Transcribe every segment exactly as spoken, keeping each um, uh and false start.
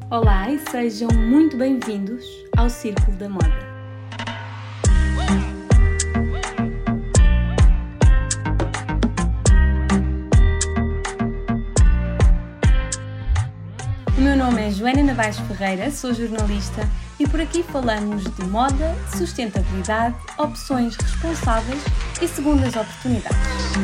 Olá e sejam muito bem-vindos ao Círculo da Moda. O meu nome é Joana Navaes Ferreira, sou jornalista e por aqui falamos de moda, sustentabilidade, opções responsáveis e segundas oportunidades.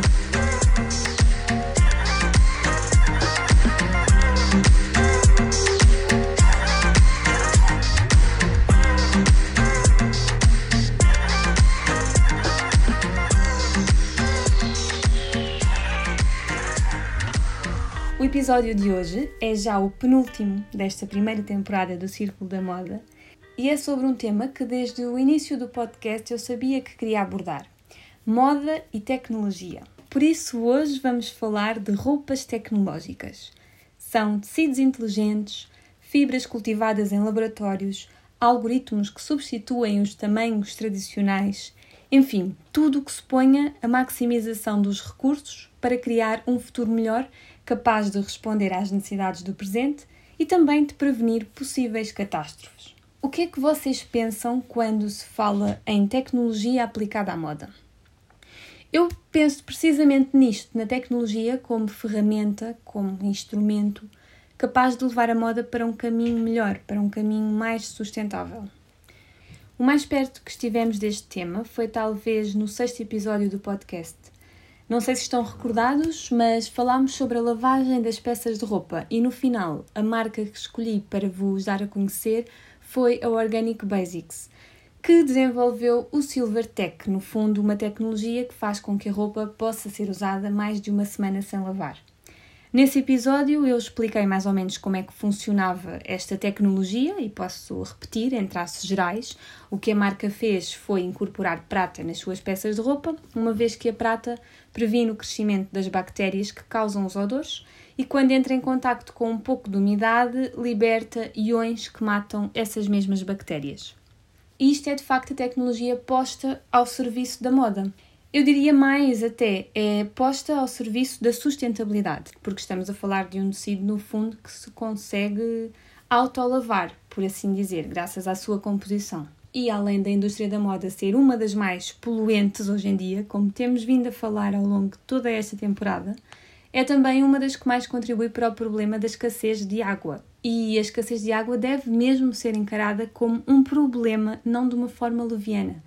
O episódio de hoje é já o penúltimo desta primeira temporada do Círculo da Moda e é sobre um tema que desde o início do podcast eu sabia que queria abordar: moda e tecnologia. Por isso hoje vamos falar de roupas tecnológicas. São tecidos inteligentes, fibras cultivadas em laboratórios, algoritmos que substituem os tamanhos tradicionais, enfim, tudo o que se ponha a maximização dos recursos para criar um futuro melhor, capaz de responder às necessidades do presente e também de prevenir possíveis catástrofes. O que é que vocês pensam quando se fala em tecnologia aplicada à moda? Eu penso precisamente nisto, na tecnologia como ferramenta, como instrumento, capaz de levar a moda para um caminho melhor, para um caminho mais sustentável. O mais perto que estivemos deste tema foi talvez no sexto episódio do podcast. Não sei se estão recordados, mas falámos sobre a lavagem das peças de roupa e no final a marca que escolhi para vos dar a conhecer foi a Organic Basics, que desenvolveu o Silver Tech, no fundo uma tecnologia que faz com que a roupa possa ser usada mais de uma semana sem lavar. Nesse episódio eu expliquei mais ou menos como é que funcionava esta tecnologia e posso repetir em traços gerais. O que a marca fez foi incorporar prata nas suas peças de roupa, uma vez que a prata previne o crescimento das bactérias que causam os odores e quando entra em contacto com um pouco de umidade, liberta iões que matam essas mesmas bactérias. E isto é de facto a tecnologia posta ao serviço da moda. Eu diria mais até, é posta ao serviço da sustentabilidade, porque estamos a falar de um tecido, no fundo, que se consegue autolavar, por assim dizer, graças à sua composição. E além da indústria da moda ser uma das mais poluentes hoje em dia, como temos vindo a falar ao longo de toda esta temporada, é também uma das que mais contribui para o problema da escassez de água. E a escassez de água deve mesmo ser encarada como um problema, não de uma forma leviana.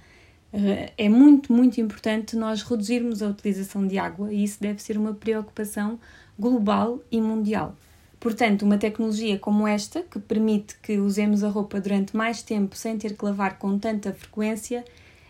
É muito, muito importante nós reduzirmos a utilização de água e isso deve ser uma preocupação global e mundial. Portanto, uma tecnologia como esta, que permite que usemos a roupa durante mais tempo sem ter que lavar com tanta frequência,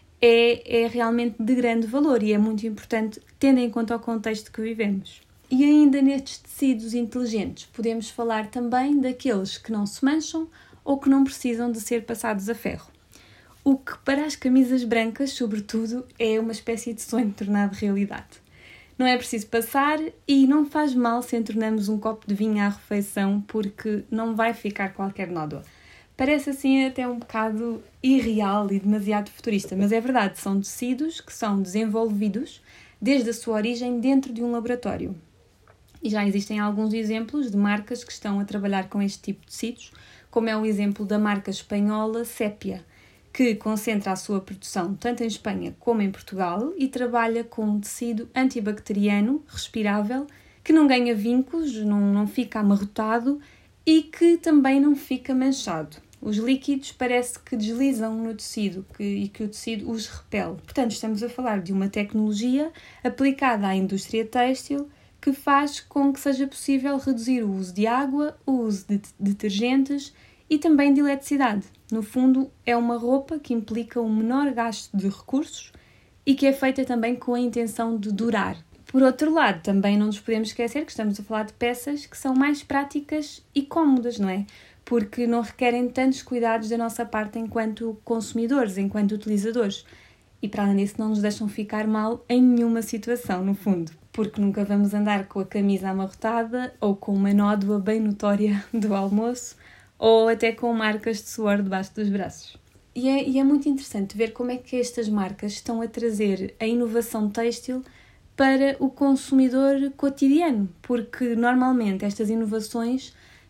é, é realmente de grande valor e é muito importante tendo em conta o contexto que vivemos. E ainda nestes tecidos inteligentes podemos falar também daqueles que não se mancham ou que não precisam de ser passados a ferro. O que para as camisas brancas, sobretudo, é uma espécie de sonho tornado realidade. Não é preciso passar e não faz mal se entornamos um copo de vinho à refeição porque não vai ficar qualquer nódoa. Parece assim até um bocado irreal e demasiado futurista, mas é verdade, são tecidos que são desenvolvidos desde a sua origem dentro de um laboratório. E já existem alguns exemplos de marcas que estão a trabalhar com este tipo de tecidos, como é o exemplo da marca espanhola Sépia, que concentra a sua produção tanto em Espanha como em Portugal e trabalha com um tecido antibacteriano, respirável, que não ganha vincos, não, não fica amarrotado e que também não fica manchado. Os líquidos parece que deslizam no tecido que, e que o tecido os repele. Portanto, estamos a falar de uma tecnologia aplicada à indústria têxtil que faz com que seja possível reduzir o uso de água, o uso de detergentes e também de eletricidade. No fundo, é uma roupa que implica um menor gasto de recursos e que é feita também com a intenção de durar. Por outro lado, também não nos podemos esquecer que estamos a falar de peças que são mais práticas e cómodas, não é? Porque não requerem tantos cuidados da nossa parte enquanto consumidores, enquanto utilizadores. E para além disso, não nos deixam ficar mal em nenhuma situação, no fundo. Porque nunca vamos andar com a camisa amarrotada ou com uma nódoa bem notória do almoço, ou até com marcas de suor debaixo dos braços. E é, e é muito interessante ver como é que estas marcas estão a trazer a inovação têxtil para o consumidor cotidiano, porque normalmente estas inovações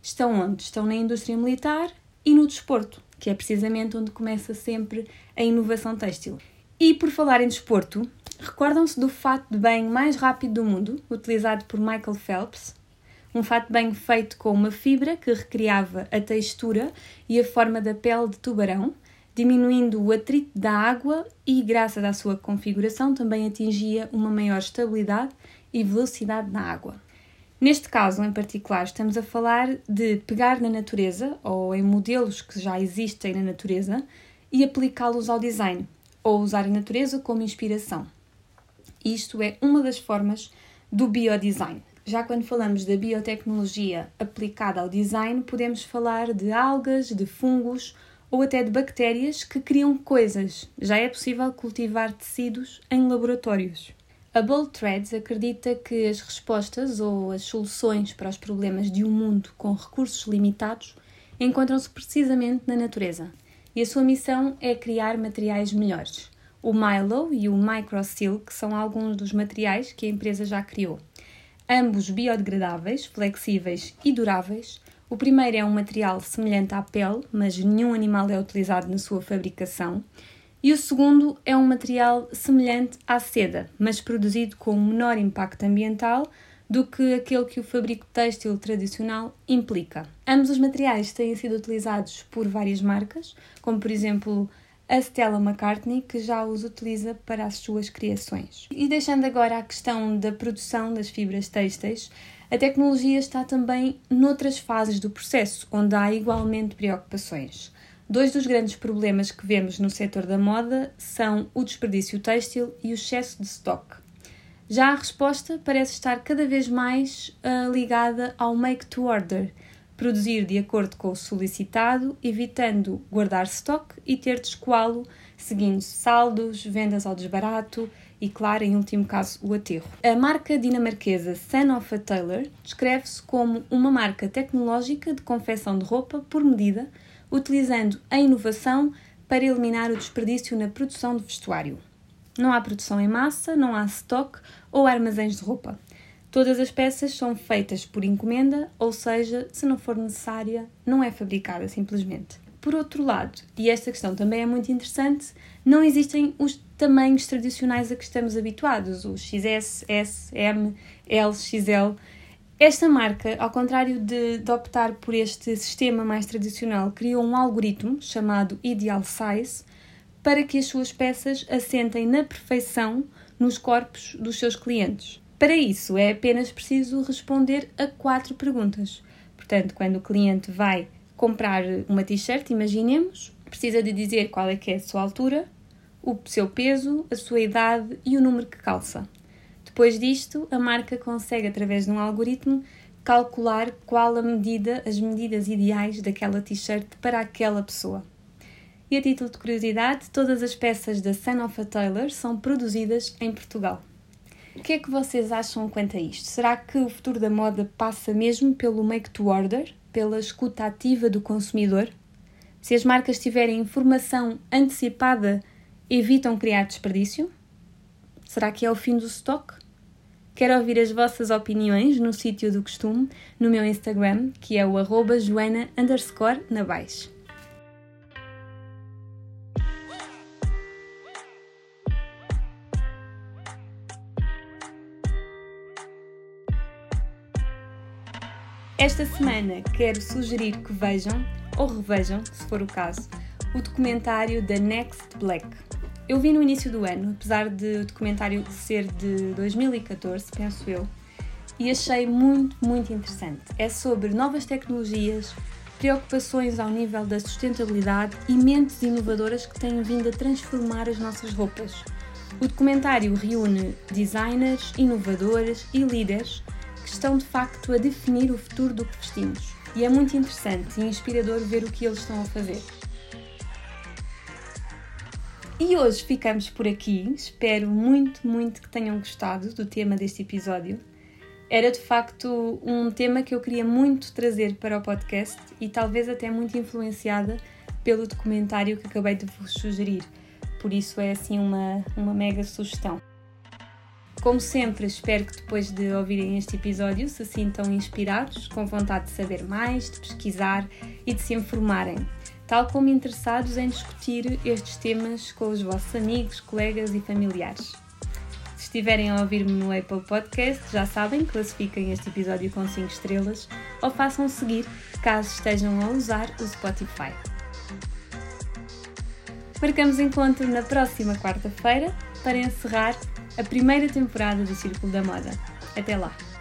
estão onde? Estão na indústria militar e no desporto, que é precisamente onde começa sempre a inovação têxtil. E por falar em desporto, recordam-se do fato de banho mais rápido do mundo, utilizado por Michael Phelps? Um fato de banho feito com uma fibra que recriava a textura e a forma da pele de tubarão, diminuindo o atrito da água e, graças à sua configuração, também atingia uma maior estabilidade e velocidade na água. Neste caso, em particular, estamos a falar de pegar na natureza, ou em modelos que já existem na natureza, e aplicá-los ao design, ou usar a natureza como inspiração. Isto é uma das formas do biodesign. Já quando falamos da biotecnologia aplicada ao design, podemos falar de algas, de fungos ou até de bactérias que criam coisas. Já é possível cultivar tecidos em laboratórios. A Bold Threads acredita que as respostas ou as soluções para os problemas de um mundo com recursos limitados encontram-se precisamente na natureza. E a sua missão é criar materiais melhores. O Mylo e o MicroSilk são alguns dos materiais que a empresa já criou. Ambos biodegradáveis, flexíveis e duráveis. O primeiro é um material semelhante à pele, mas nenhum animal é utilizado na sua fabricação. E o segundo é um material semelhante à seda, mas produzido com um menor impacto ambiental do que aquele que o fabrico têxtil tradicional implica. Ambos os materiais têm sido utilizados por várias marcas, como por exemplo a Stella McCartney, que já os utiliza para as suas criações. E deixando agora a questão da produção das fibras têxteis, a tecnologia está também noutras fases do processo, onde há igualmente preocupações. Dois dos grandes problemas que vemos no setor da moda são o desperdício têxtil e o excesso de stock. Já a resposta parece estar cada vez mais uh, ligada ao make to order, produzir de acordo com o solicitado, evitando guardar stock e ter de escoá-lo, seguindo saldos, vendas ao desbarato e, claro, em último caso, o aterro. A marca dinamarquesa Son of a Tailor descreve-se como uma marca tecnológica de confecção de roupa por medida, utilizando a inovação para eliminar o desperdício na produção de vestuário. Não há produção em massa, não há stock ou armazéns de roupa. Todas as peças são feitas por encomenda, ou seja, se não for necessária, não é fabricada simplesmente. Por outro lado, e esta questão também é muito interessante, não existem os tamanhos tradicionais a que estamos habituados, os X S, S, M, L, X L. Esta marca, ao contrário de, de optar por este sistema mais tradicional, criou um algoritmo chamado Ideal Size para que as suas peças assentem na perfeição nos corpos dos seus clientes. Para isso, é apenas preciso responder a quatro perguntas. Portanto, quando o cliente vai comprar uma t-shirt, imaginemos, precisa de dizer qual é que é a sua altura, o seu peso, a sua idade e o número que calça. Depois disto, a marca consegue, através de um algoritmo, calcular qual a medida, as medidas ideais daquela t-shirt para aquela pessoa. E a título de curiosidade, todas as peças da Son of a Tailor são produzidas em Portugal. O que é que vocês acham quanto a isto? Será que o futuro da moda passa mesmo pelo make to order, pela escuta ativa do consumidor? Se as marcas tiverem informação antecipada, evitam criar desperdício? Será que é o fim do stock? Quero ouvir as vossas opiniões no sítio do costume, no meu Instagram, que é o arroba joana underscore nabais. Esta semana quero sugerir que vejam, ou revejam, se for o caso, o documentário da Next Black. Eu vi no início do ano, apesar de o documentário ser de dois mil e catorze, penso eu, e achei muito, muito interessante. É sobre novas tecnologias, preocupações ao nível da sustentabilidade e mentes inovadoras que têm vindo a transformar as nossas roupas. O documentário reúne designers, inovadores e líderes que estão de facto a definir o futuro do que vestimos. E é muito interessante e inspirador ver o que eles estão a fazer. E hoje ficamos por aqui. Espero muito, muito que tenham gostado do tema deste episódio. Era de facto um tema que eu queria muito trazer para o podcast e talvez até muito influenciada pelo documentário que acabei de vos sugerir. Por isso é assim uma, uma mega sugestão. Como sempre, espero que depois de ouvirem este episódio se sintam inspirados, com vontade de saber mais, de pesquisar e de se informarem, tal como interessados em discutir estes temas com os vossos amigos, colegas e familiares. Se estiverem a ouvir-me no Apple Podcast, já sabem, classifiquem este episódio com cinco estrelas ou façam seguir caso estejam a usar o Spotify. Marcamos encontro na próxima quarta-feira para encerrar a primeira temporada do Círculo da Moda. Até lá!